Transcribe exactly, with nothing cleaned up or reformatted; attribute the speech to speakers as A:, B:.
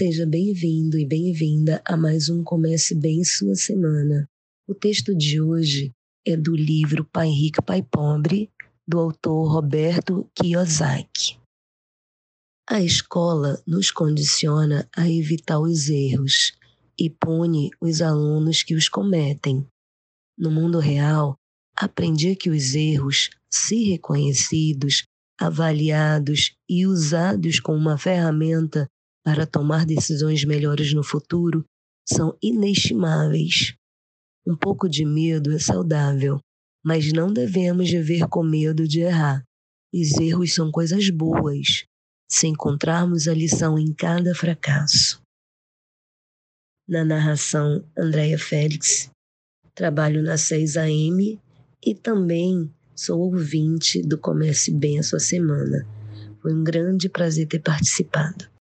A: Seja bem-vindo e bem-vinda a mais um Comece Bem Sua Semana. O texto de hoje é do livro Pai Rico, Pai Pobre, do autor Roberto Kiyosaki. A escola nos condiciona a evitar os erros e pune os alunos que os cometem. No mundo real, aprendi que os erros, se reconhecidos, avaliados e usados como uma ferramenta para tomar decisões melhores no futuro, são inestimáveis. Um pouco de medo é saudável, mas não devemos viver com medo de errar. Os erros são coisas boas, se encontrarmos a lição em cada fracasso. Na narração, Andréia Félix. Trabalho na seis A M e também sou ouvinte do Comece Bem a Sua Semana. Foi um grande prazer ter participado.